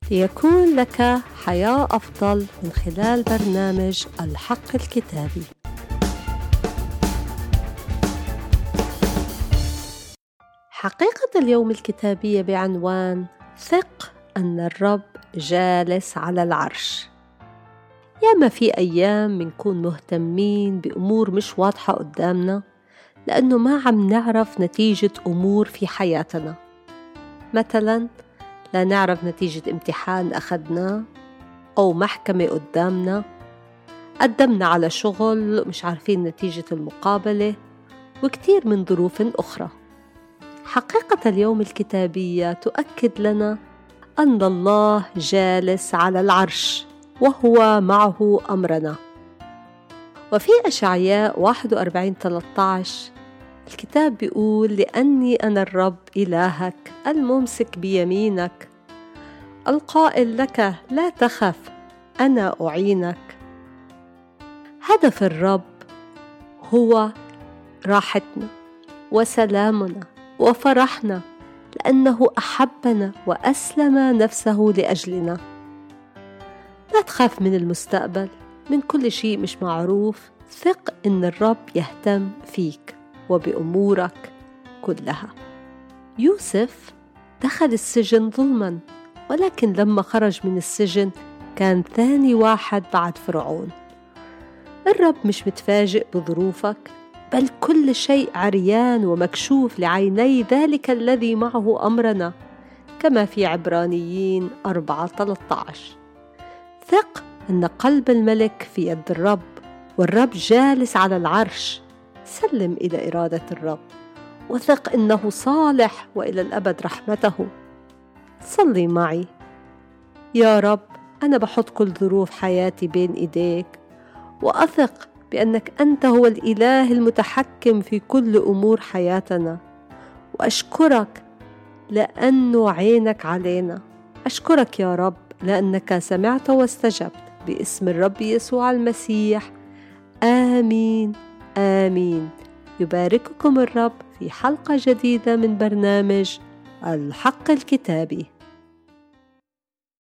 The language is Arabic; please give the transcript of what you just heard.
ليكون لك حياة أفضل من خلال برنامج الحق الكتابي. حقيقة اليوم الكتابية بعنوان ثق أن الرب جالس على العرش. ياما في أيام منكون مهتمين بأمور مش واضحة قدامنا لأنه ما عم نعرف نتيجة أمور في حياتنا. مثلاً لا نعرف نتيجة امتحان أخذناه أو محكمة قدامنا، قدمنا على شغل مش عارفين نتيجة المقابلة، وكتير من ظروف أخرى. حقيقة اليوم الكتابية تؤكد لنا أن الله جالس على العرش وهو معه أمرنا. وفي أشعياء 41:13 الكتاب بيقول: لأني أنا الرب إلهك الممسك بيمينك القائل لك لا تخف أنا أعينك. هدف الرب هو راحتنا وسلامنا وفرحنا، لأنه أحبنا وأسلم نفسه لأجلنا. لا تخاف من المستقبل، من كل شيء مش معروف. ثق إن الرب يهتم فيك وبأمورك كلها. يوسف دخل السجن ظلماً، ولكن لما خرج من السجن كان ثاني واحد بعد فرعون. الرب مش متفاجئ بظروفك، بل كل شيء عريان ومكشوف لعيني ذلك الذي معه أمرنا، كما في عبرانيين 4:13. ثق أن قلب الملك في يد الرب، والرب جالس على العرش. سلم إلى إرادة الرب، وثق إنه صالح وإلى الأبد رحمته. صلي معي: يا رب، أنا بحط كل ظروف حياتي بين إيديك، وأثق بأنك أنت هو الإله المتحكم في كل أمور حياتنا، وأشكرك لأنه عينك علينا. أشكرك يا رب لأنك سمعت واستجبت، باسم الرب يسوع المسيح، آمين آمين. يبارككم الرب في حلقة جديدة من برنامج الحق الكتابي.